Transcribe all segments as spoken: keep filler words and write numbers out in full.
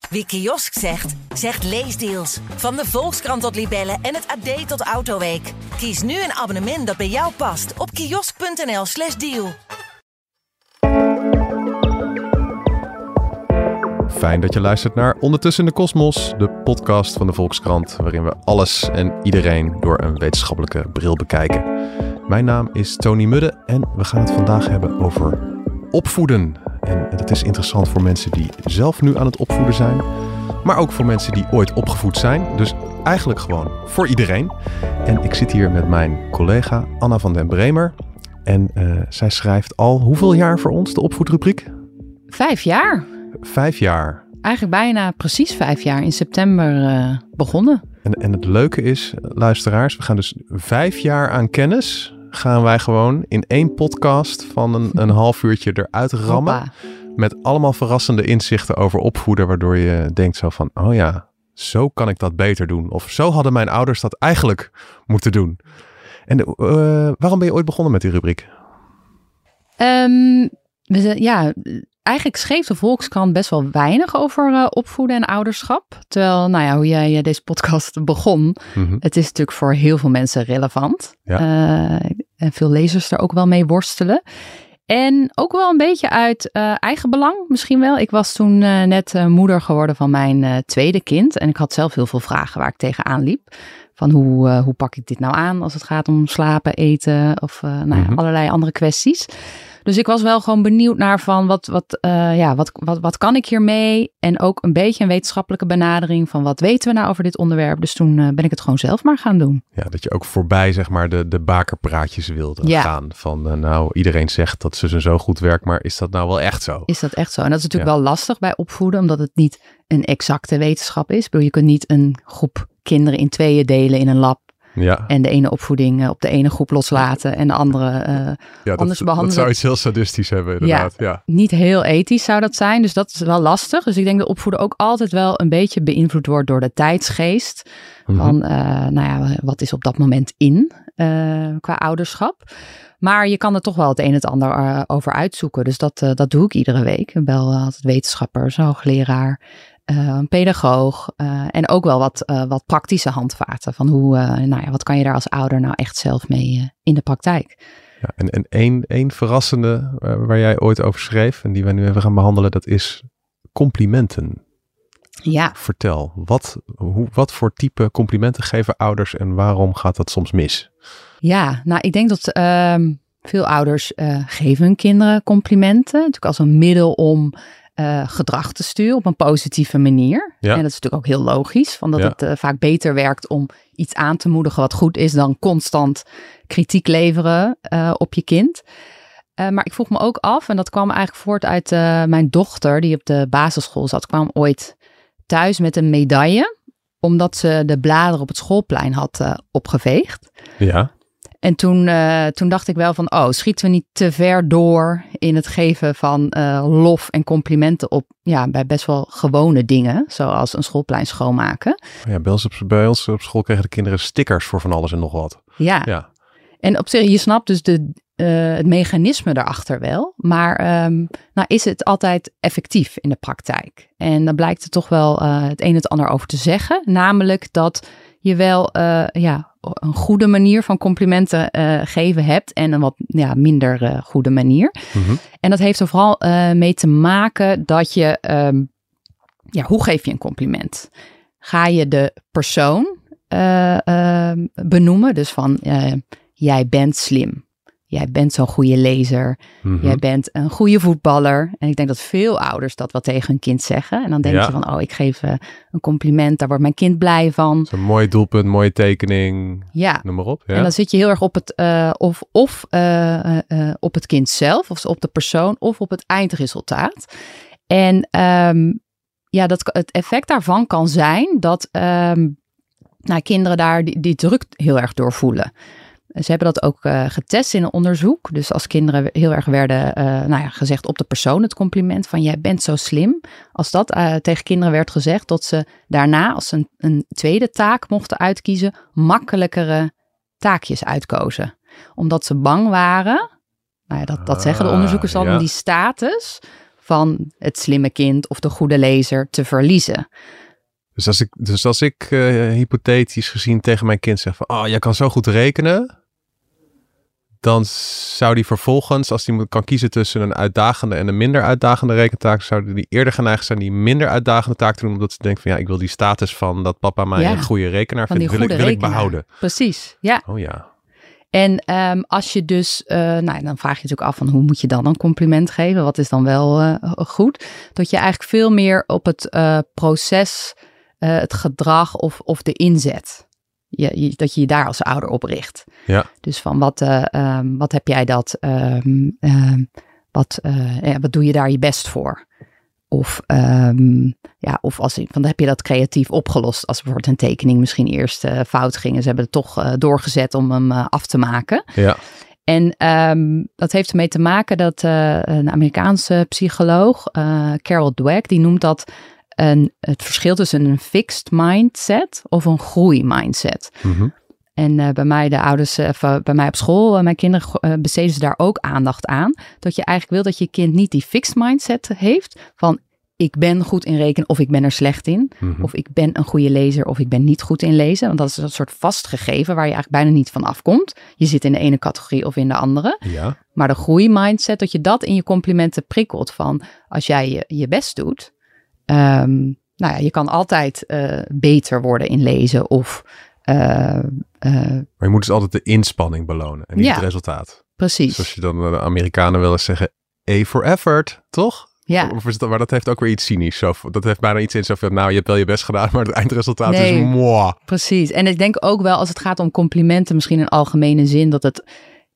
Wie kiosk zegt, zegt leesdeals. Van de Volkskrant tot Libellen en het A D tot Autoweek. Kies nu een abonnement dat bij jou past op kiosk.nl slash deal. Fijn dat je luistert naar Ondertussen in de Kosmos, de podcast van de Volkskrant, waarin we alles en iedereen door een wetenschappelijke bril bekijken. Mijn naam is Tony Mudde en we gaan het vandaag hebben over opvoeden. En dat is interessant voor mensen die zelf nu aan het opvoeden zijn, maar ook voor mensen die ooit opgevoed zijn. Dus eigenlijk gewoon voor iedereen. En ik zit hier met mijn collega Anna van den Bremer. En uh, zij schrijft al hoeveel jaar voor ons de opvoedrubriek? Vijf jaar. Vijf jaar. Eigenlijk bijna precies vijf jaar. In september uh, begonnen. En, en het leuke is, luisteraars, we gaan dus vijf jaar aan kennis gaan wij gewoon in één podcast van een, een half uurtje eruit rammen. Hoppa. Met allemaal verrassende inzichten over opvoeden, waardoor je denkt zo van, oh ja, zo kan ik dat beter doen. Of zo hadden mijn ouders dat eigenlijk moeten doen. En uh, waarom ben je ooit begonnen met die rubriek? Um, we, ja, eigenlijk schreef de Volkskrant best wel weinig over uh, opvoeden en ouderschap. Terwijl, nou ja, hoe jij deze podcast begon, mm-hmm. Het is natuurlijk voor heel veel mensen relevant. Ja. Uh, en veel lezers er ook wel mee worstelen. En ook wel een beetje uit uh, eigen belang misschien wel. Ik was toen uh, net uh, moeder geworden van mijn uh, tweede kind. En ik had zelf heel veel vragen waar ik tegenaan liep. Van hoe, uh, hoe pak ik dit nou aan als het gaat om slapen, eten of uh, nou ja, mm-hmm. allerlei andere kwesties. Dus ik was wel gewoon benieuwd naar van wat, wat, uh, ja, wat, wat, wat kan ik hiermee? En ook een beetje een wetenschappelijke benadering van wat weten we nou over dit onderwerp? Dus toen uh, ben ik het gewoon zelf maar gaan doen. Ja, dat je ook voorbij zeg maar de, de bakerpraatjes wilde ja. gaan. Van uh, nou, iedereen zegt dat zus en zo goed werkt, maar is dat nou wel echt zo? Is dat echt zo? En dat is natuurlijk ja. wel lastig bij opvoeden, omdat het niet een exacte wetenschap is. Ik bedoel, je kunt niet een groep kinderen in tweeën delen in een lab. Ja. En de ene opvoeding op de ene groep loslaten en de andere uh, ja, anders dat, behandelen. Dat zou iets heel sadistisch hebben inderdaad. Ja, ja, niet heel ethisch zou dat zijn. Dus dat is wel lastig. Dus ik denk dat opvoeden ook altijd wel een beetje beïnvloed wordt door de tijdsgeest. Mm-hmm. Van, uh, nou ja, wat is op dat moment in uh, qua ouderschap. Maar je kan er toch wel het een en het ander uh, over uitzoeken. Dus dat, uh, dat doe ik iedere week. Ik bel uh, altijd wetenschappers, hoogleraar. Uh, een pedagoog uh, en ook wel wat, uh, wat praktische handvaten van hoe, uh, nou ja, wat kan je daar als ouder nou echt zelf mee uh, in de praktijk. Ja, en en één, één verrassende uh, waar jij ooit over schreef en die wij nu even gaan behandelen, dat is complimenten. Ja. Vertel, wat, hoe, wat voor type complimenten geven ouders en waarom gaat dat soms mis? Ja, nou ik denk dat uh, veel ouders uh, geven hun kinderen complimenten, natuurlijk als een middel om Uh, gedrag te sturen op een positieve manier. Ja. En dat is natuurlijk ook heel logisch, van dat ja. het uh, vaak beter werkt om iets aan te moedigen wat goed is dan constant kritiek leveren uh, op je kind. Uh, maar ik vroeg me ook af, en dat kwam eigenlijk voort uit uh, mijn dochter die op de basisschool zat, kwam ooit thuis met een medaille, omdat ze de bladeren op het schoolplein had uh, opgeveegd. Ja. En toen, uh, toen dacht ik wel van, oh, schieten we niet te ver door in het geven van uh, lof en complimenten op, ja, bij best wel gewone dingen, zoals een schoolplein schoonmaken. Ja, bij ons op, bij ons op school kregen de kinderen stickers voor van alles en nog wat. Ja, ja. En op zich, je snapt dus de, uh, het mechanisme daarachter wel, maar um, nou is het altijd effectief in de praktijk. En dan blijkt er toch wel uh, het een en het ander over te zeggen, namelijk dat je wel uh, ja, een goede manier van complimenten uh, geven hebt en een wat ja, minder uh, goede manier. Mm-hmm. En dat heeft er vooral uh, mee te maken dat je, um, ja, hoe geef je een compliment? Ga je de persoon uh, uh, benoemen, dus van uh, jij bent slim. Jij bent zo'n goede lezer. Mm-hmm. Jij bent een goede voetballer. En ik denk dat veel ouders dat wel tegen hun kind zeggen. En dan denk ja. je van, oh, ik geef uh, een compliment. Daar wordt mijn kind blij van. Zo'n mooi doelpunt, mooie tekening. Ja. Noem maar op. Ja. En dan zit je heel erg op het, uh, of, of, uh, uh, uh, op het kind zelf. Of op de persoon. Of op het eindresultaat. En um, ja, dat, het effect daarvan kan zijn dat um, nou, kinderen daar die, die druk heel erg door voelen. Ze hebben dat ook uh, getest in een onderzoek. Dus als kinderen heel erg werden uh, nou ja, gezegd op de persoon het compliment van jij bent zo slim. Als dat uh, tegen kinderen werd gezegd, dat ze daarna als ze een, een tweede taak mochten uitkiezen, makkelijkere taakjes uitkozen. Omdat ze bang waren, nou ja, dat, dat zeggen de onderzoekers dan, ja. om die status van het slimme kind of de goede lezer te verliezen. Dus als ik, dus als ik uh, hypothetisch gezien tegen mijn kind zeg van, oh, jij kan zo goed rekenen, dan zou die vervolgens, als hij kan kiezen tussen een uitdagende en een minder uitdagende rekentaak, zou die eerder geneigd zijn die minder uitdagende taak te doen, omdat ze denkt van, ja, ik wil die status van dat papa mij ja, een goede rekenaar vindt, wil, ik, wil ik behouden. Precies, ja. Oh ja. En um, als je dus, uh, nou, dan vraag je natuurlijk af van hoe moet je dan een compliment geven? Wat is dan wel uh, goed? Dat je eigenlijk veel meer op het uh, proces, uh, het gedrag of, of de inzet, je, je, dat je je daar als ouder op richt. Ja. Dus van wat, uh, um, wat heb jij dat, um, um, wat, uh, ja, wat doe je daar je best voor? Of, um, ja, of als, van, heb je dat creatief opgelost als bijvoorbeeld een tekening misschien eerst uh, fout ging. En ze hebben het toch uh, doorgezet om hem uh, af te maken. Ja. En um, dat heeft ermee te maken dat uh, een Amerikaanse psycholoog, uh, Carol Dweck, die noemt dat een, het verschil tussen een fixed mindset of een groeimindset. Mm-hmm. En uh, bij mij, de ouders, uh, bij mij op school, uh, mijn kinderen uh, besteden ze daar ook aandacht aan. Dat je eigenlijk wil dat je kind niet die fixed mindset heeft van ik ben goed in rekenen of ik ben er slecht in. Mm-hmm. Of ik ben een goede lezer of ik ben niet goed in lezen. Want dat is een soort vastgegeven waar je eigenlijk bijna niet van afkomt. Je zit in de ene categorie of in de andere. Ja. Maar de groeimindset, dat je dat in je complimenten prikkelt van als jij je, je best doet. Um, nou ja, je kan altijd uh, beter worden in lezen of Uh, uh, maar je moet dus altijd de inspanning belonen en niet ja, het resultaat. Precies. Zoals je dan de Amerikanen wel eens zeggen, A for effort, toch? Ja. Of is het, maar dat heeft ook weer iets cynisch. Zo, dat heeft bijna iets in zoveel, nou, je hebt wel je best gedaan, maar het eindresultaat nee, is moi. Precies. En ik denk ook wel als het gaat om complimenten, misschien in algemene zin, dat het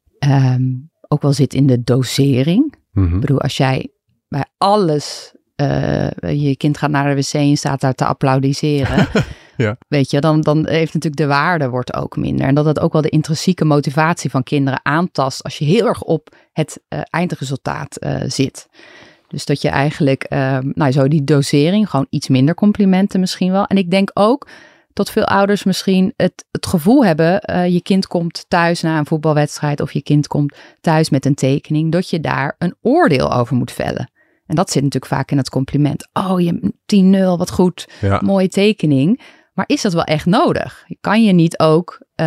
um, ook wel zit in de dosering. Mm-hmm. Ik bedoel, als jij bij alles, uh, je kind gaat naar de wc en staat daar te applaudisseren. Ja. Weet je, dan, dan heeft natuurlijk de waarde wordt ook minder. En dat het ook wel de intrinsieke motivatie van kinderen aantast als je heel erg op het uh, eindresultaat uh, zit. Dus dat je eigenlijk, uh, nou zo die dosering, gewoon iets minder complimenten misschien wel. En ik denk ook dat veel ouders misschien het, het gevoel hebben, uh, je kind komt thuis na een voetbalwedstrijd of je kind komt thuis met een tekening, dat je daar een oordeel over moet vellen. En dat zit natuurlijk vaak in het compliment. Oh, je tien nul, wat goed, ja, mooie tekening. Maar is dat wel echt nodig? Kan je niet ook uh,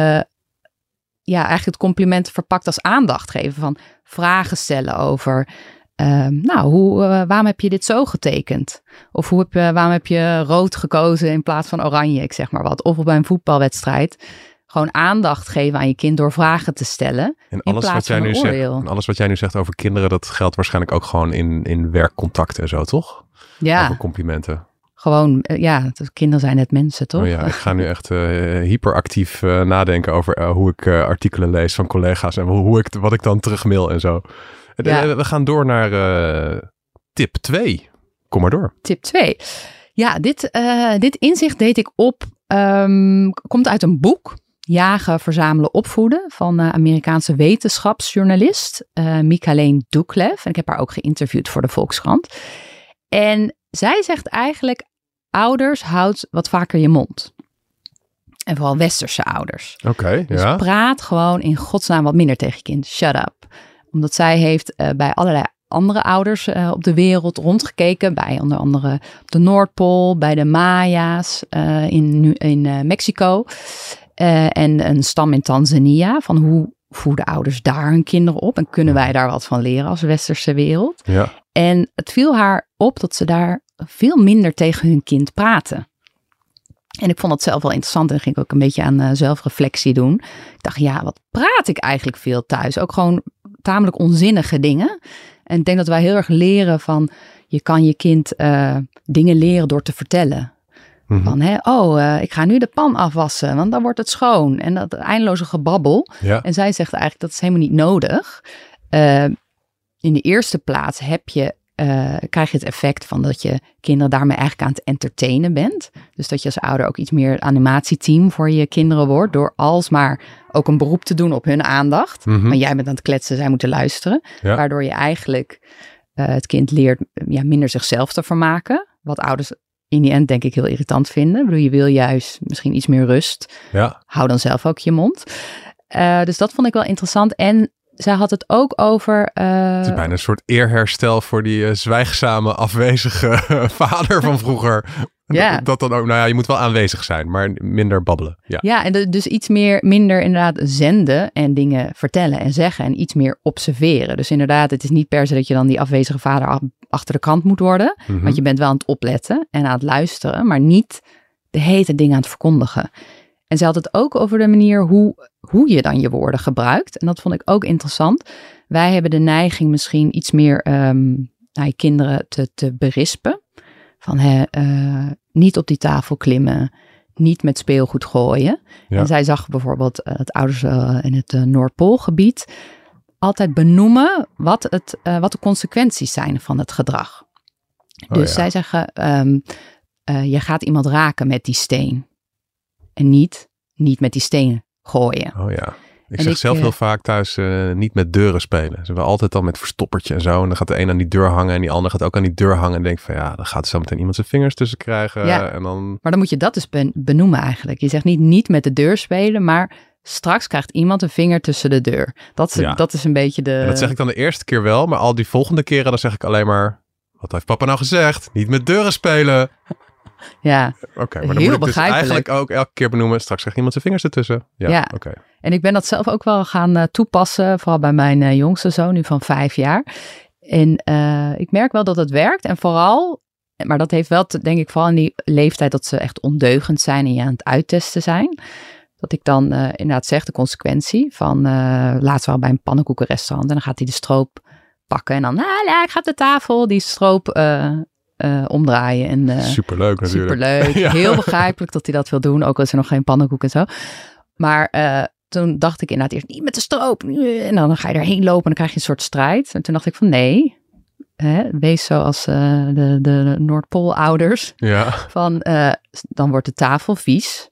ja, eigenlijk het compliment verpakt als aandacht geven van vragen stellen over, uh, nou, hoe, uh, waarom heb je dit zo getekend? Of hoe heb je, waarom heb je rood gekozen in plaats van oranje, ik zeg maar wat. Of bij een voetbalwedstrijd gewoon aandacht geven aan je kind door vragen te stellen. En alles, wat jij, nu zegt, en alles wat jij nu zegt over kinderen, dat geldt waarschijnlijk ook gewoon in, in werkcontacten en zo, toch? Ja. Over complimenten. Gewoon, ja, kinderen zijn net mensen, toch? Oh ja, ik ga nu echt uh, hyperactief uh, nadenken over uh, hoe ik uh, artikelen lees van collega's en hoe ik, wat ik dan terugmail en zo. Ja. Uh, we gaan door naar uh, tip twee. Kom maar door. Tip twee. Ja, dit, uh, dit inzicht deed ik op, um, komt uit een boek. Jagen, verzamelen, opvoeden van uh, Amerikaanse wetenschapsjournalist uh, Michaleen Doucleff. En ik heb haar ook geïnterviewd voor de Volkskrant. En zij zegt eigenlijk, ouders, houd wat vaker je mond. En vooral westerse ouders. Oké, okay, dus ja. praat gewoon in godsnaam wat minder tegen je kind. Shut up. Omdat zij heeft uh, bij allerlei andere ouders uh, op de wereld rondgekeken. Bij onder andere de Noordpool, bij de Maya's uh, in, in uh, Mexico. Uh, en een stam in Tanzania. Van hoe voeden ouders daar hun kinderen op? En kunnen wij daar wat van leren als westerse wereld? Ja. En het viel haar op dat ze daar veel minder tegen hun kind praten. En ik vond dat zelf wel interessant en ging ook een beetje aan uh, zelfreflectie doen. Ik dacht, ja, wat praat ik eigenlijk veel thuis? Ook gewoon tamelijk onzinnige dingen. En ik denk dat wij heel erg leren van, je kan je kind uh, dingen leren door te vertellen. Mm-hmm. Van, hè, oh, uh, ik ga nu de pan afwassen, want dan wordt het schoon. En dat eindeloze gebabbel. Ja. En zij zegt eigenlijk, dat is helemaal niet nodig. Uh, in de eerste plaats heb je, uh, krijg je het effect van dat je kinderen daarmee eigenlijk aan het entertainen bent. Dus dat je als ouder ook iets meer animatieteam voor je kinderen wordt. Door alsmaar ook een beroep te doen op hun aandacht. Mm-hmm. Maar jij bent aan het kletsen, zij moeten luisteren. Ja. Waardoor je eigenlijk uh, het kind leert ja, minder zichzelf te vermaken. Wat ouders in die end denk ik heel irritant vinden. Ik bedoel, je wil juist misschien iets meer rust. Ja. Hou dan zelf ook je mond. Uh, dus dat vond ik wel interessant. En zij had het ook over... Uh, het is bijna een soort eerherstel voor die uh, zwijgzame, afwezige vader van vroeger. Ja. Dat, dat dan ook, nou ja, je moet wel aanwezig zijn, maar minder babbelen. Ja, ja en de, dus iets meer, minder inderdaad zenden en dingen vertellen en zeggen en iets meer observeren. Dus inderdaad, het is niet per se dat je dan die afwezige vader ach, achter de kant moet worden, mm-hmm. want je bent wel aan het opletten en aan het luisteren, maar niet de hete dingen aan het verkondigen. En ze had het ook over de manier hoe, hoe je dan je woorden gebruikt. En dat vond ik ook interessant. Wij hebben de neiging misschien iets meer um, nou, je kinderen te, te berispen. Van hè, uh, niet op die tafel klimmen, niet met speelgoed gooien. Ja. En zij zag bijvoorbeeld uh, het ouders uh, in het uh, Noordpoolgebied altijd benoemen wat, het, uh, wat de consequenties zijn van het gedrag. Oh, dus ja. zij zeggen, um, uh, je gaat iemand raken met die steen. En niet, niet met die stenen gooien. Oh ja. Ik en zeg ik, zelf heel uh, vaak thuis uh, niet met deuren spelen. Ze hebben altijd al met verstoppertje en zo. En dan gaat de een aan die deur hangen en die ander gaat ook aan die deur hangen. En denkt van ja, dan gaat zo meteen iemand zijn vingers tussen krijgen. Ja, en dan... Maar dan moet je dat dus benoemen eigenlijk. Je zegt niet niet met de deur spelen, maar straks krijgt iemand een vinger tussen de deur. Dat is, ja. dat is een beetje de... En dat zeg ik dan de eerste keer wel, maar al die volgende keren dan zeg ik alleen maar... Wat heeft papa nou gezegd? Niet met deuren spelen. Ja, oké, okay, maar dan moet ik dus eigenlijk ook elke keer benoemen. Straks krijgt iemand zijn vingers ertussen. Ja, ja. oké. Okay. En ik ben dat zelf ook wel gaan uh, toepassen, vooral bij mijn uh, jongste zoon, nu van vijf jaar. En uh, ik merk wel dat het werkt. En vooral, maar dat heeft wel, te, denk ik, vooral in die leeftijd dat ze echt ondeugend zijn en je aan het uittesten zijn. Dat ik dan uh, inderdaad zeg de consequentie van, uh, laatst wel bij een pannenkoekenrestaurant. En dan gaat hij de stroop pakken en dan, ah, ja, ik ga op de tafel die stroop uh, uh, omdraaien. En, uh, superleuk natuurlijk. Superleuk, ja. Heel begrijpelijk dat hij dat wil doen, ook al is er nog geen pannenkoek en zo. Maar uh, toen dacht ik inderdaad eerst niet met de stroop. En dan ga je erheen lopen en dan krijg je een soort strijd. En toen dacht ik van nee, hè, wees zoals uh, de, de Noordpoolouders. Ja. Van, uh, dan wordt de tafel vies.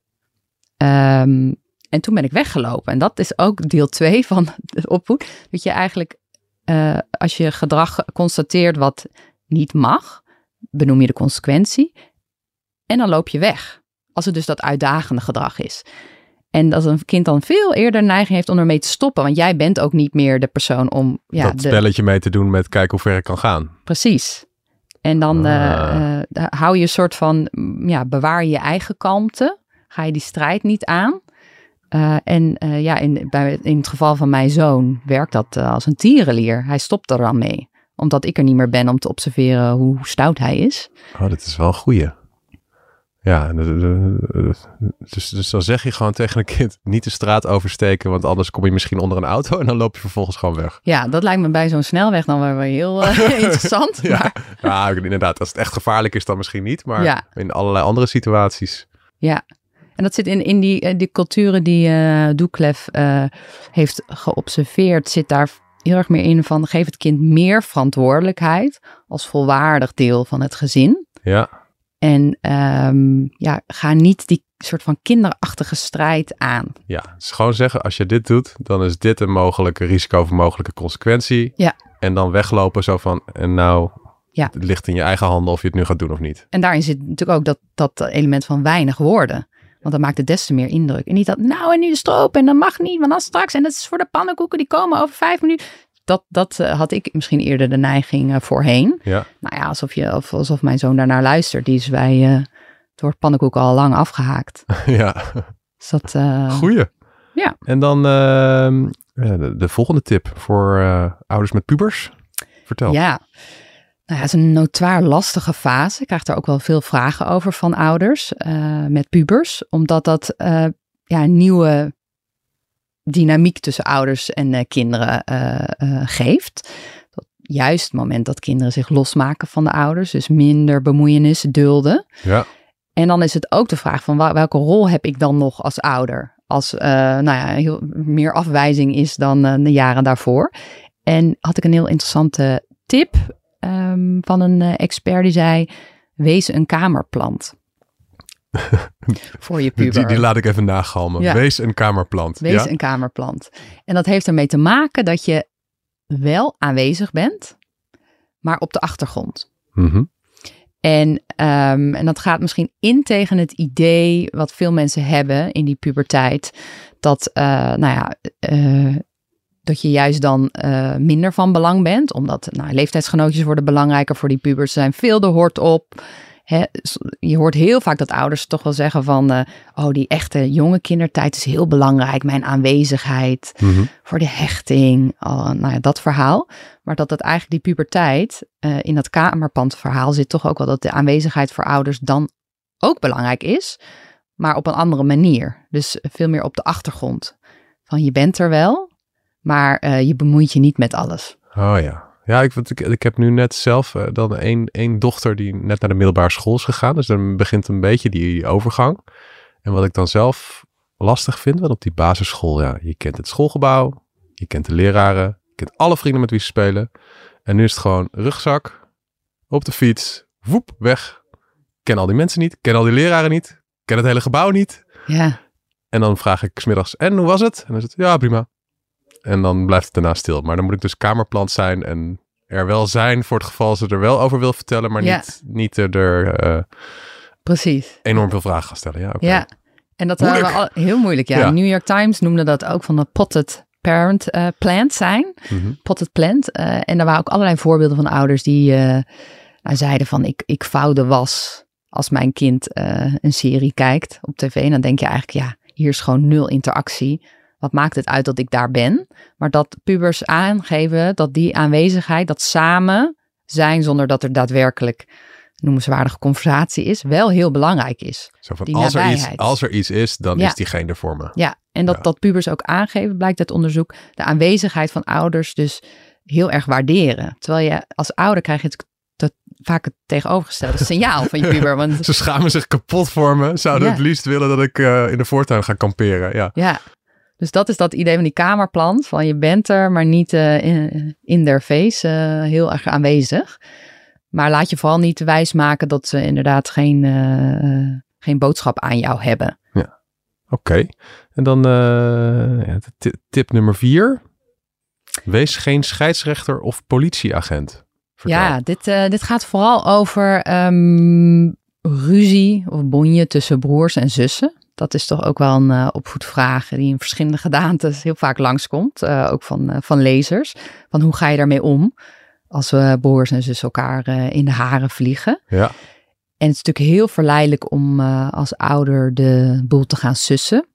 Um, en toen ben ik weggelopen. En dat is ook deel twee van de opvoed. Dat je eigenlijk, uh, als je gedrag constateert wat niet mag, benoem je de consequentie. En dan loop je weg. Als het dus dat uitdagende gedrag is. En dat een kind dan veel eerder neiging heeft om ermee te stoppen. Want jij bent ook niet meer de persoon om... Ja, dat de... spelletje mee te doen met kijken hoe ver ik kan gaan. Precies. En dan ah. uh, uh, hou je een soort van... Ja, bewaar je je eigen kalmte. Ga je die strijd niet aan. Uh, en uh, ja, in, bij, in het geval van mijn zoon werkt dat uh, als een tierenlier. Hij stopt er dan mee. Omdat ik er niet meer ben om te observeren hoe stout hij is. Oh, dat is wel een goeie. Ja, dus, dus dan zeg je gewoon tegen een kind niet de straat oversteken, want anders kom je misschien onder een auto en dan loop je vervolgens gewoon weg. Ja, dat lijkt me bij zo'n snelweg dan wel heel uh, interessant. ja, maar... ja, inderdaad. Als het echt gevaarlijk is, dan misschien niet, maar ja. in allerlei andere situaties. Ja, en dat zit in, in die, die culturen die uh, Doucleff uh, heeft geobserveerd, zit daar heel erg meer in van geef het kind meer verantwoordelijkheid als volwaardig deel van het gezin. Ja. En um, ja, ga niet die soort van kinderachtige strijd aan. Ja, dus gewoon zeggen, als je dit doet, dan is dit een mogelijke risico of mogelijke consequentie. Ja. En dan weglopen zo van, en nou, ja. het ligt in je eigen handen of je het nu gaat doen of niet. En daarin zit natuurlijk ook dat, dat element van weinig woorden. Want dat maakt het des te meer indruk. En niet dat, nou en nu de stroop en dat mag niet, want dan straks. En dat is voor de pannenkoeken, die komen over vijf minuten. Dat, dat uh, had ik misschien eerder de neiging uh, voorheen. Ja. Nou ja, alsof, je, of, alsof mijn zoon daarnaar luistert. Die is bij uh, door pannenkoeken al lang afgehaakt. Ja. Dus dat, uh, Goeie. Ja. En dan uh, de, de volgende tip voor uh, ouders met pubers. Vertel. Ja. Nou, het is een notoir lastige fase. Ik krijg daar ook wel veel vragen over van ouders uh, met pubers. Omdat dat uh, ja, een nieuwe dynamiek tussen ouders en uh, kinderen uh, uh, geeft. Dat juist het moment dat kinderen zich losmaken van de ouders. Dus minder bemoeienis dulden. Ja. En dan is het ook de vraag van welke rol heb ik dan nog als ouder? Als uh, nou ja, heel, meer afwijzing is dan uh, de jaren daarvoor. En had ik een heel interessante tip um, van een uh, expert die zei, wees een kamerplant. Voor je puber. Die, die laat ik even nagalmen. Ja. Wees een kamerplant. Wees ja? een kamerplant. En dat heeft ermee te maken dat je wel aanwezig bent, maar op de achtergrond. Mm-hmm. En, um, en dat gaat misschien in tegen het idee wat veel mensen hebben in die puberteit. Dat, uh, nou ja, uh, dat je juist dan uh, minder van belang bent. Omdat nou, leeftijdsgenootjes worden belangrijker voor die pubers. Ze zijn veel de hort op. He, je hoort heel vaak dat ouders toch wel zeggen van... Uh, oh, die echte jonge kindertijd is heel belangrijk. Mijn aanwezigheid mm-hmm. voor de hechting. Oh, nou ja, dat verhaal. Maar dat dat eigenlijk die puberteit... Uh, in dat kamerpandverhaal zit toch ook wel... dat de aanwezigheid voor ouders dan ook belangrijk is. Maar op een andere manier. Dus veel meer op de achtergrond. Van je bent er wel... maar uh, je bemoeit je niet met alles. Oh ja. Ja, ik, ik, ik heb nu net zelf uh, dan één, één dochter die net naar de middelbare school is gegaan. Dus dan begint een beetje die overgang. En wat ik dan zelf lastig vind, want op die basisschool, ja, je kent het schoolgebouw, je kent de leraren, je kent alle vrienden met wie ze spelen. En nu is het gewoon rugzak, op de fiets, woep, weg. Ken al die mensen niet, ken al die leraren niet, ken het hele gebouw niet. Ja. En dan vraag ik 's middags, en hoe was het? En dan is het, ja, prima. En dan blijft het daarna stil. Maar dan moet ik dus kamerplant zijn en er wel zijn voor het geval ze er wel over wil vertellen, maar ja. niet, niet er uh, Precies. enorm veel vragen gaan stellen. Ja, okay. Ja. En dat was al heel moeilijk. Ja. ja. New York Times noemde dat ook van de potted parent uh, plant zijn. Mm-hmm. Potted plant. Uh, en er waren ook allerlei voorbeelden van ouders die uh, nou, zeiden van ik, ik vouw de was als mijn kind uh, een serie kijkt op tv. En dan denk je eigenlijk, ja, hier is gewoon nul interactie. Wat maakt het uit dat ik daar ben? Maar dat pubers aangeven dat die aanwezigheid, dat samen zijn zonder dat er daadwerkelijk noemenswaardige conversatie is, wel heel belangrijk is. Zo van, als, er iets, als er iets is, dan ja. is diegene er voor me. Ja, en dat, ja. dat pubers ook aangeven, blijkt uit onderzoek, de aanwezigheid van ouders dus heel erg waarderen. Terwijl je als ouder krijg je het dat vaak het tegenovergestelde signaal van je puber. Want ze schamen zich kapot voor me. Zouden ja. het liefst willen dat ik uh, in de voortuin ga kamperen. Ja. ja. Dus dat is dat idee van die kamerplant. Van je bent er, maar niet uh, in, in their face uh, heel erg aanwezig. Maar laat je vooral niet wijsmaken dat ze inderdaad geen, uh, geen boodschap aan jou hebben. Ja, oké. Okay. En dan uh, ja, t- tip nummer vier. Wees geen scheidsrechter of politieagent. Vertel. Ja, dit, uh, dit gaat vooral over um, ruzie of bonje tussen broers en zussen. Dat is toch ook wel een uh, opvoedvraag die in verschillende gedaantes heel vaak langskomt. Uh, ook van, uh, van lezers. Van hoe ga je daarmee om als we broers en zussen elkaar uh, in de haren vliegen? Ja. En het is natuurlijk heel verleidelijk om uh, als ouder de boel te gaan sussen.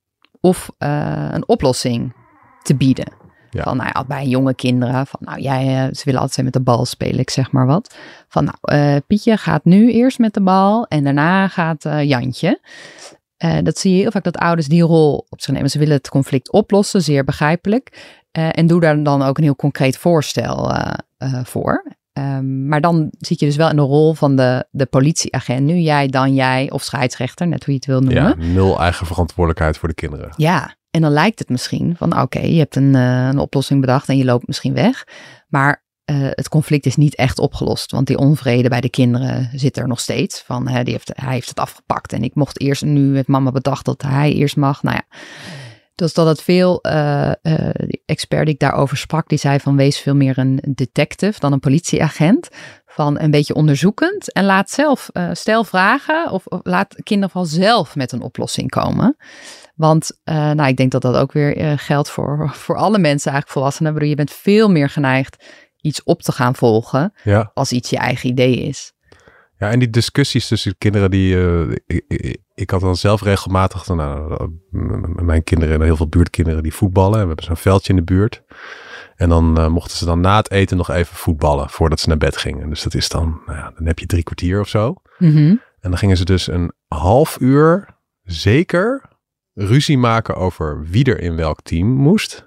Of uh, een oplossing te bieden. Ja. Van, nou ja, bij jonge kinderen, van nou, jij, uh, ze willen altijd met de bal spelen, ik zeg maar wat. Van nou, uh, Pietje gaat nu eerst met de bal en daarna gaat uh, Jantje. Uh, dat zie je heel vaak dat ouders die rol op zich nemen. Ze willen het conflict oplossen, zeer begrijpelijk. Uh, en doe daar dan ook een heel concreet voorstel uh, uh, voor. Um, maar dan zit je dus wel in de rol van de, de politieagent. Nu jij, dan jij of scheidsrechter, net hoe je het wil noemen. Ja, nul eigen verantwoordelijkheid voor de kinderen. Ja, en dan lijkt het misschien van oké, okay, je hebt een, uh, een oplossing bedacht en je loopt misschien weg. Maar uh, het conflict is niet echt opgelost. Want die onvrede bij de kinderen zit er nog steeds. Van hè, die heeft, hij heeft het afgepakt en ik mocht eerst, nu heeft mama bedacht dat hij eerst mag. Nou ja, dus dat het veel, uh, uh, die expert die ik daarover sprak, die zei van wees veel meer een detective dan een politieagent. Van een beetje onderzoekend en laat zelf, uh, stel vragen of, of laat kinderen vooral zelf met een oplossing komen. Want uh, nou, ik denk dat dat ook weer uh, geldt voor, voor alle mensen eigenlijk volwassenen. Bedoel, je bent veel meer geneigd iets op te gaan volgen ja. als iets je eigen idee is. Ja, en die discussies tussen kinderen die... Uh, ik, ik, ik had dan zelf regelmatig... Nou, mijn kinderen en heel veel buurtkinderen die voetballen. We hebben zo'n veldje in de buurt. En dan uh, mochten ze dan na het eten nog even voetballen voordat ze naar bed gingen. Dus dat is dan... Nou ja, dan heb je drie kwartier of zo. Mm-hmm. En dan gingen ze dus een half uur zeker ruzie maken over wie er in welk team moest.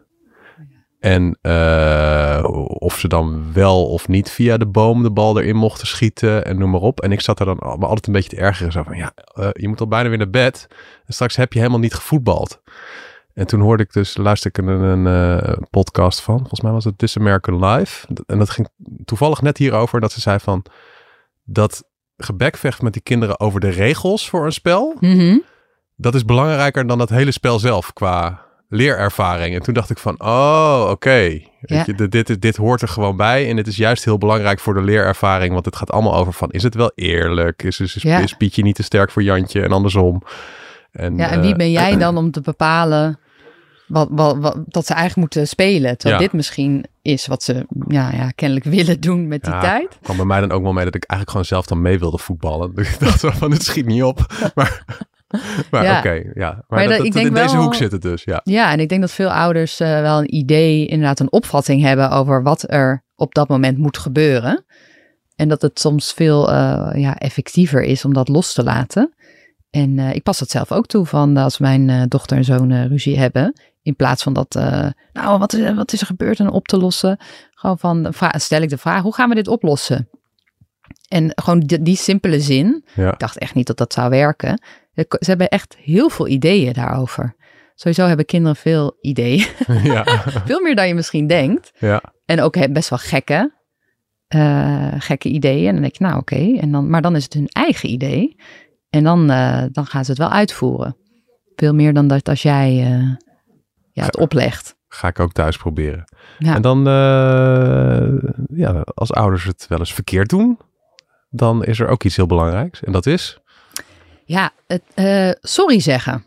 En uh, of ze dan wel of niet via de boom de bal erin mochten schieten en noem maar op. En ik zat er dan me altijd een beetje te ergeren. Zo van, ja, uh, je moet al bijna weer naar bed. En straks heb je helemaal niet gevoetbald. En toen hoorde ik dus, luisterde ik een, een uh, podcast van, volgens mij was het This American Life. En dat ging toevallig net hierover, dat ze zei van, dat gebekvecht met die kinderen over de regels voor een spel, mm-hmm. dat is belangrijker dan dat hele spel zelf qua leerervaring. En toen dacht ik van, oh, oké. Okay. Ja. Dit, dit, dit hoort er gewoon bij. En het is juist heel belangrijk voor de leerervaring. Want het gaat allemaal over van, is het wel eerlijk? Is, is, ja. is Pietje niet te sterk voor Jantje? En andersom. En, ja, en wie ben jij dan om te bepalen Wat, wat, wat, dat ze eigenlijk moeten spelen. Terwijl Ja. dit misschien is wat ze ja, ja, kennelijk willen doen met die Ja, tijd. kwam bij mij dan ook wel mee dat ik eigenlijk gewoon zelf dan mee wilde voetballen. Ik dacht zo van, het schiet niet op. Maar, maar Ja. oké, ja. Maar, Maar dat, dat- dat- ik denk in deze wel- hoek zit het dus, ja. Ja, en ik denk dat veel ouders uh, wel een idee, inderdaad een opvatting hebben over wat er op dat moment moet gebeuren. En dat het soms veel uh, ja, effectiever is om dat los te laten. En uh, ik pas dat zelf ook toe van als mijn uh, dochter en zoon uh, ruzie hebben. In plaats van dat, uh, nou wat is, wat is er gebeurd en op te lossen. Gewoon van, vra- stel ik de vraag, hoe gaan we dit oplossen? En gewoon die, die simpele zin. Ja. Ik dacht echt niet dat dat zou werken. Ze hebben echt heel veel ideeën daarover. Sowieso hebben kinderen veel ideeën. Ja. Veel meer dan je misschien denkt. Ja. En ook best wel gekke, uh, gekke ideeën. En dan denk je, nou oké. Okay. En dan, maar dan is het hun eigen idee. En dan, uh, dan gaan ze het wel uitvoeren. Veel meer dan dat als jij uh, ja, het oplegt. Ga ik ook thuis proberen. Ja. En dan, uh, ja, als ouders het wel eens verkeerd doen, dan is er ook iets heel belangrijks. En dat is? Ja, het, uh, sorry zeggen.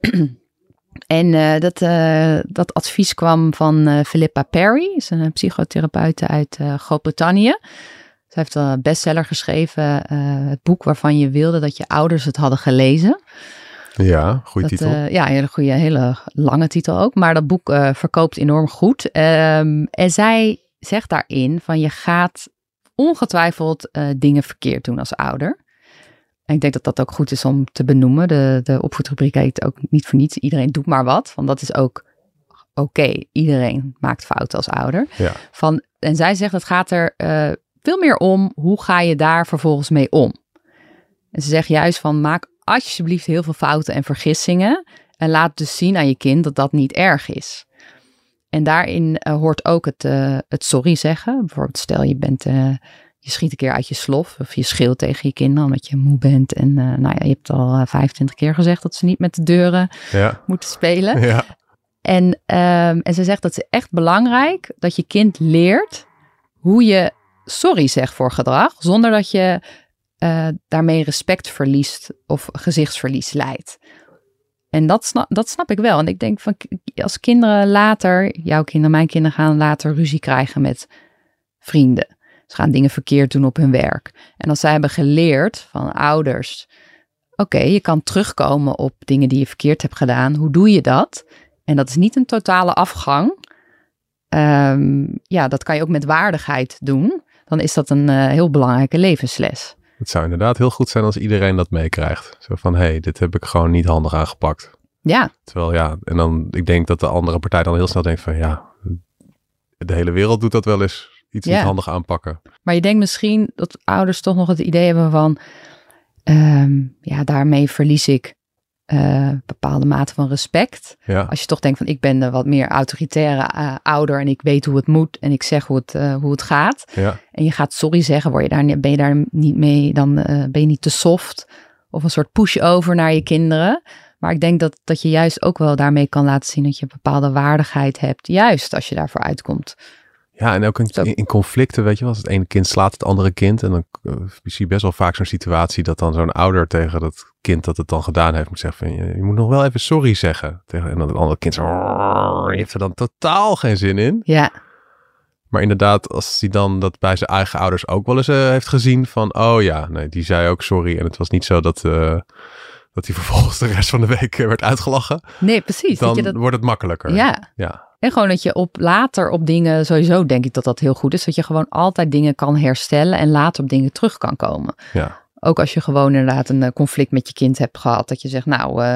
En uh, dat, uh, dat advies kwam van uh, Philippa Perry, is een psychotherapeute uit uh, Groot-Brittannië. Ze heeft een bestseller geschreven, uh, het boek waarvan je wilde dat je ouders het hadden gelezen. Ja, goede dat, titel. Uh, ja, een hele, goede, hele lange titel ook, maar dat boek uh, verkoopt enorm goed. Um, en zij zegt daarin van je gaat ongetwijfeld uh, dingen verkeerd doen als ouder. En ik denk dat dat ook goed is om te benoemen. De, de opvoedrubriek heet ook niet voor niets. Iedereen doet maar wat. Want dat is ook oké. Okay. Iedereen maakt fouten als ouder. Ja. Van, en zij zegt, het gaat er uh, veel meer om. Hoe ga je daar vervolgens mee om? En ze zegt juist van, maak alsjeblieft heel veel fouten en vergissingen. En laat dus zien aan je kind dat dat niet erg is. En daarin uh, hoort ook het, uh, het sorry zeggen. Bijvoorbeeld stel je bent... Uh, Je schiet een keer uit je slof of je schreeuwt tegen je kinderen omdat je moe bent. En uh, nou ja, je hebt al uh, vijfentwintig keer gezegd dat ze niet met de deuren ja. moeten spelen. Ja. En, um, en ze zegt dat het echt belangrijk dat je kind leert hoe je sorry zegt voor gedrag. Zonder dat je uh, daarmee respect verliest of gezichtsverlies leidt. En dat snap, dat snap ik wel. En ik denk van als kinderen later, jouw kinderen, mijn kinderen gaan later ruzie krijgen met vrienden. Ze gaan dingen verkeerd doen op hun werk. En als zij hebben geleerd van ouders, oké, okay, je kan terugkomen op dingen die je verkeerd hebt gedaan. Hoe doe je dat? En dat is niet een totale afgang. Um, ja, dat kan je ook met waardigheid doen. Dan is dat een uh, heel belangrijke levensles. Het zou inderdaad heel goed zijn als iedereen dat meekrijgt. Zo van, hé, hey, dit heb ik gewoon niet handig aangepakt. Ja. Terwijl ja, en dan, ik denk dat de andere partij dan heel snel denkt van, ja, de hele wereld doet dat wel eens. Iets ja. niet handig aanpakken. Maar je denkt misschien dat ouders toch nog het idee hebben van... Um, ja, daarmee verlies ik uh, bepaalde mate van respect. Ja. Als je toch denkt van ik ben de wat meer autoritaire uh, ouder... en ik weet hoe het moet en ik zeg hoe het, uh, hoe het gaat. Ja. En je gaat sorry zeggen, word je daar, ben je daar niet mee... dan uh, ben je niet te soft of een soort push-over naar je kinderen... Maar ik denk dat, dat je juist ook wel daarmee kan laten zien... dat je een bepaalde waardigheid hebt, juist als je daarvoor uitkomt... Ja, en ook in, in conflicten, weet je wel, als het ene kind slaat het andere kind. En dan uh, zie je best wel vaak zo'n situatie dat dan zo'n ouder tegen dat kind dat het dan gedaan heeft moet zeggen van, je, je moet nog wel even sorry zeggen. Tegen, en dan het andere kind zo, heeft er dan totaal geen zin in. Ja. Maar inderdaad, als hij dan dat bij zijn eigen ouders ook wel eens uh, heeft gezien van, oh ja, nee, die zei ook sorry. En het was niet zo dat, uh, dat hij vervolgens de rest van de week uh, werd uitgelachen. Nee, precies. Dan dat je dat... wordt het makkelijker. Ja. Ja. En gewoon dat je op later op dingen, sowieso denk ik dat dat heel goed is. Dat je gewoon altijd dingen kan herstellen en later op dingen terug kan komen. Ja. Ook als je gewoon inderdaad een conflict met je kind hebt gehad. Dat je zegt, nou, uh,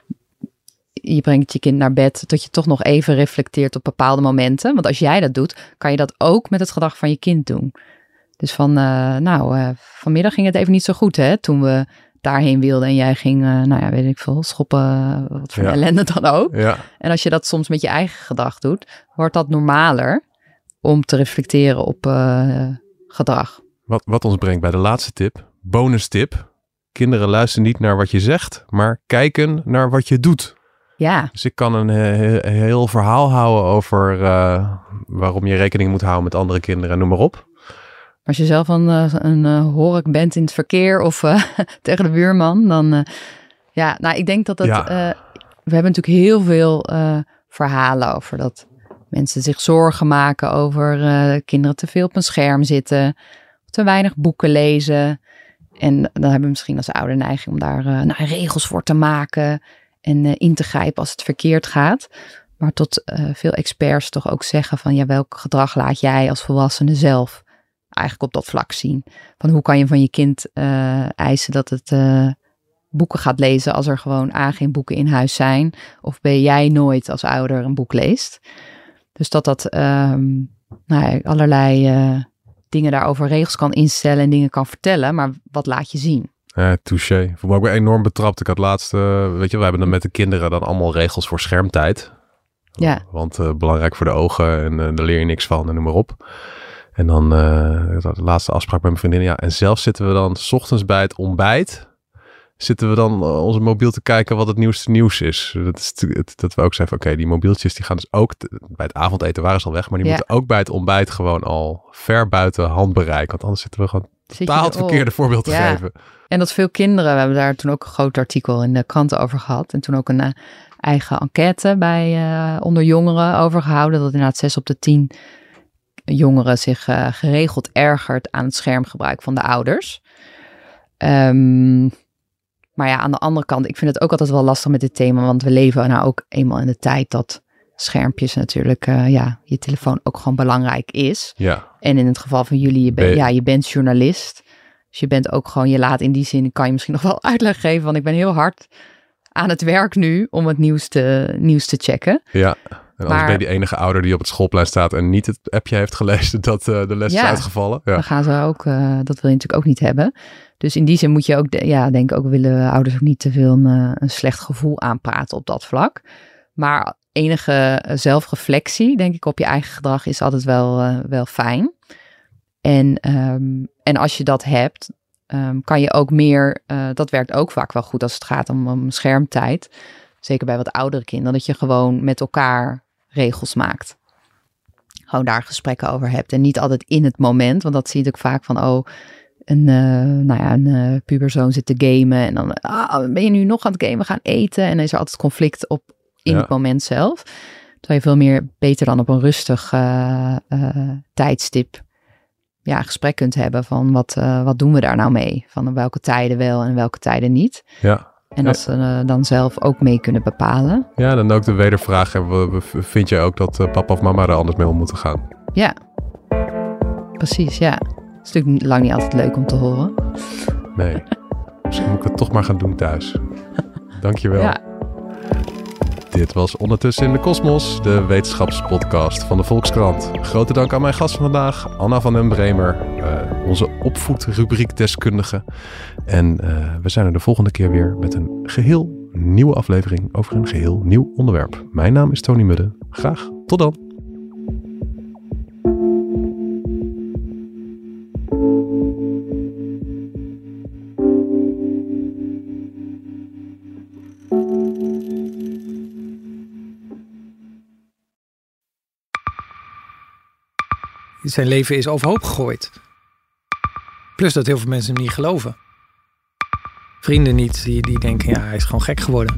je brengt je kind naar bed. Dat je toch nog even reflecteert op bepaalde momenten. Want als jij dat doet, kan je dat ook met het gedrag van je kind doen. Dus van, uh, nou, uh, vanmiddag ging het even niet zo goed, hè, toen we daarheen wilden en jij ging, uh, nou ja, weet ik veel, schoppen, wat voor ja. ellende dan ook. Ja. En als je dat soms met je eigen gedrag doet, wordt dat normaler om te reflecteren op uh, gedrag. Wat, wat ons brengt bij de laatste tip, bonus tip. Kinderen luisteren niet naar wat je zegt, maar kijken naar wat je doet. Ja. Dus ik kan een, he- een heel verhaal houden over uh, waarom je rekening moet houden met andere kinderen, noem maar op. Als je zelf een, een, een hork bent in het verkeer of uh, tegen de buurman, dan... Uh, ja, nou, ik denk dat het... Ja. Uh, we hebben natuurlijk heel veel uh, verhalen over dat mensen zich zorgen maken over uh, kinderen te veel op een scherm zitten, te weinig boeken lezen. En dan hebben we misschien als ouder neiging om daar uh, nou, regels voor te maken en uh, in te grijpen als het verkeerd gaat. Maar tot uh, veel experts toch ook zeggen van ja, welk gedrag laat jij als volwassene zelf eigenlijk op dat vlak zien? Van hoe kan je van je kind uh, eisen dat het uh, boeken gaat lezen als er gewoon A, geen boeken in huis zijn, of B, jij nooit als ouder een boek leest. Dus dat dat um, nou ja, allerlei uh, dingen daarover regels kan instellen en dingen kan vertellen, maar wat laat je zien? Ja, touché. Voor mij ook enorm betrapt. Ik had laatst, uh, weet je, we hebben dan met de kinderen dan allemaal regels voor schermtijd. Ja. Want uh, belangrijk voor de ogen en uh, daar leer je niks van en noem maar op. En dan uh, de laatste afspraak met mijn vriendin. Ja, en zelfs zitten we dan 's ochtends bij het ontbijt, zitten we dan uh, onze mobiel te kijken wat het nieuwste nieuws is. Dat is het, dat we ook zeggen, oké, okay, die mobieltjes die gaan dus ook, te, bij het avondeten waren ze al weg, maar die ja. moeten ook bij het ontbijt gewoon al ver buiten handbereik. Want anders zitten we gewoon totaal het verkeerde voorbeeld te ja. geven. En dat veel kinderen, we hebben daar toen ook een groot artikel in de kranten over gehad. En toen ook een uh, eigen enquête bij uh, onder jongeren over gehouden. Dat inderdaad zes op de tien jongeren zich uh, geregeld ergert aan het schermgebruik van de ouders. Um, maar ja, aan de andere kant, ik vind het ook altijd wel lastig met dit thema. Want we leven nou ook eenmaal in de tijd dat schermpjes natuurlijk, uh, ja, je telefoon ook gewoon belangrijk is. Ja. En in het geval van jullie, je, ben, ben... Ja, je bent journalist. Dus je bent ook gewoon, je laat in die zin, kan je misschien nog wel uitleg geven. Want ik ben heel hard aan het werk nu om het nieuws te, nieuws te checken. Ja, en anders maar, ben je die enige ouder die op het schoolplein staat en niet het appje heeft gelezen dat uh, de les ja, is uitgevallen. Ja, dan gaan ze ook, uh, dat wil je natuurlijk ook niet hebben. Dus in die zin moet je ook, de, ja, denk ik ook, willen ouders ook niet te veel een, een slecht gevoel aanpraten op dat vlak. Maar enige zelfreflectie, denk ik, op je eigen gedrag is altijd wel, uh, wel fijn. En, um, en als je dat hebt, um, kan je ook meer, uh, dat werkt ook vaak wel goed als het gaat om, om schermtijd. Zeker bij wat oudere kinderen, dat je gewoon met elkaar regels maakt. Gewoon daar gesprekken over hebt. En niet altijd in het moment, want dat zie je ook vaak van, oh, een, uh, nou ja, een uh, puberzoon zit te gamen. En dan ah, ben je nu nog aan het gamen, gaan eten. En dan is er altijd conflict op in ja. het moment zelf. Terwijl je veel meer beter dan op een rustig uh, uh, tijdstip ja, gesprek kunt hebben van wat, uh, wat doen we daar nou mee? Van welke tijden wel en welke tijden niet. Ja. En dat ze uh, dan zelf ook mee kunnen bepalen. Ja, dan ook de wedervraag. Vind je ook dat uh, papa of mama er anders mee om moeten gaan? Ja, precies, ja. Het is natuurlijk lang niet altijd leuk om te horen. Nee, misschien moet ik het toch maar gaan doen thuis. Dankjewel. Ja. Dit was Ondertussen in de Kosmos, de wetenschapspodcast van de Volkskrant. Grote dank aan mijn gast van vandaag, Anna van den Bremer, uh, onze opvoedrubriekdeskundige. En uh, we zijn er de volgende keer weer met een geheel nieuwe aflevering over een geheel nieuw onderwerp. Mijn naam is Tony Mudde. Graag tot dan. Zijn leven is overhoop gegooid. Plus dat heel veel mensen hem niet geloven. Vrienden niet, die, die denken, ja, hij is gewoon gek geworden.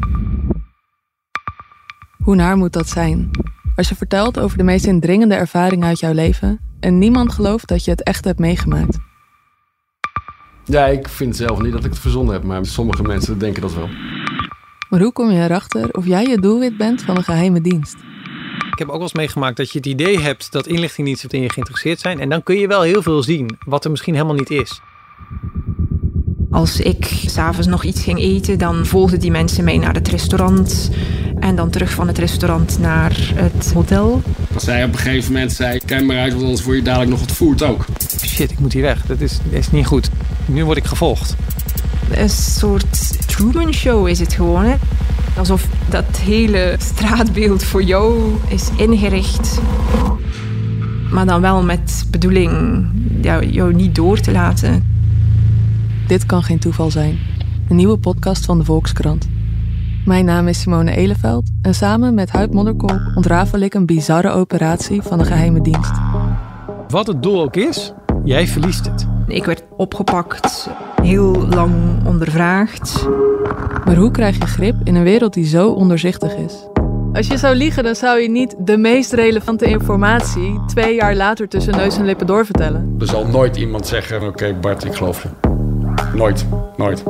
Hoe naar moet dat zijn? Als je vertelt over de meest indringende ervaringen uit jouw leven en niemand gelooft dat je het echt hebt meegemaakt. Ja, ik vind zelf niet dat ik het verzonnen heb, maar sommige mensen denken dat wel. Maar hoe kom je erachter of jij het doelwit bent van een geheime dienst? Ik heb ook wel eens meegemaakt dat je het idee hebt dat inlichtingendiensten in je geïnteresseerd zijn. En dan kun je wel heel veel zien, wat er misschien helemaal niet is. Als ik 's avonds nog iets ging eten, dan volgden die mensen mij naar het restaurant. En dan terug van het restaurant naar het hotel. Als zij op een gegeven moment zei, kijk maar uit, want anders word je dadelijk nog ontvoerd ook. Shit, ik moet hier weg. Dat is, dat is niet goed. Nu word ik gevolgd. Een soort Truman Show is het gewoon, hè? Alsof dat hele straatbeeld voor jou is ingericht. Maar dan wel met bedoeling ja, jou niet door te laten. Dit kan geen toeval zijn. Een nieuwe podcast van de Volkskrant. Mijn naam is Simone Eleveld en samen met Huid Modderkolk ontrafel ik een bizarre operatie van de geheime dienst. Wat het doel ook is, jij verliest het. Ik werd opgepakt, heel lang ondervraagd. Maar hoe krijg je grip in een wereld die zo ondoorzichtig is? Als je zou liegen, dan zou je niet de meest relevante informatie twee jaar later tussen neus en lippen doorvertellen. Er zal nooit iemand zeggen, oké okay, Bart, ik geloof je. Nooit, nooit.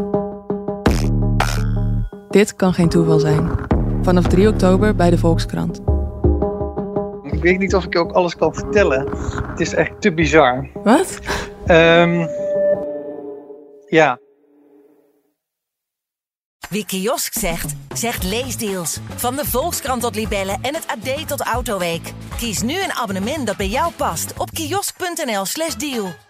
Dit kan geen toeval zijn. Vanaf drie oktober bij de Volkskrant. Ik weet niet of ik je ook alles kan vertellen. Het is echt te bizar. Wat? Um, ja. Wie kiosk zegt, zegt leesdeals. Van de Volkskrant tot Libellen en het A D tot Autoweek. Kies nu een abonnement dat bij jou past op kiosk punt n l slash deal.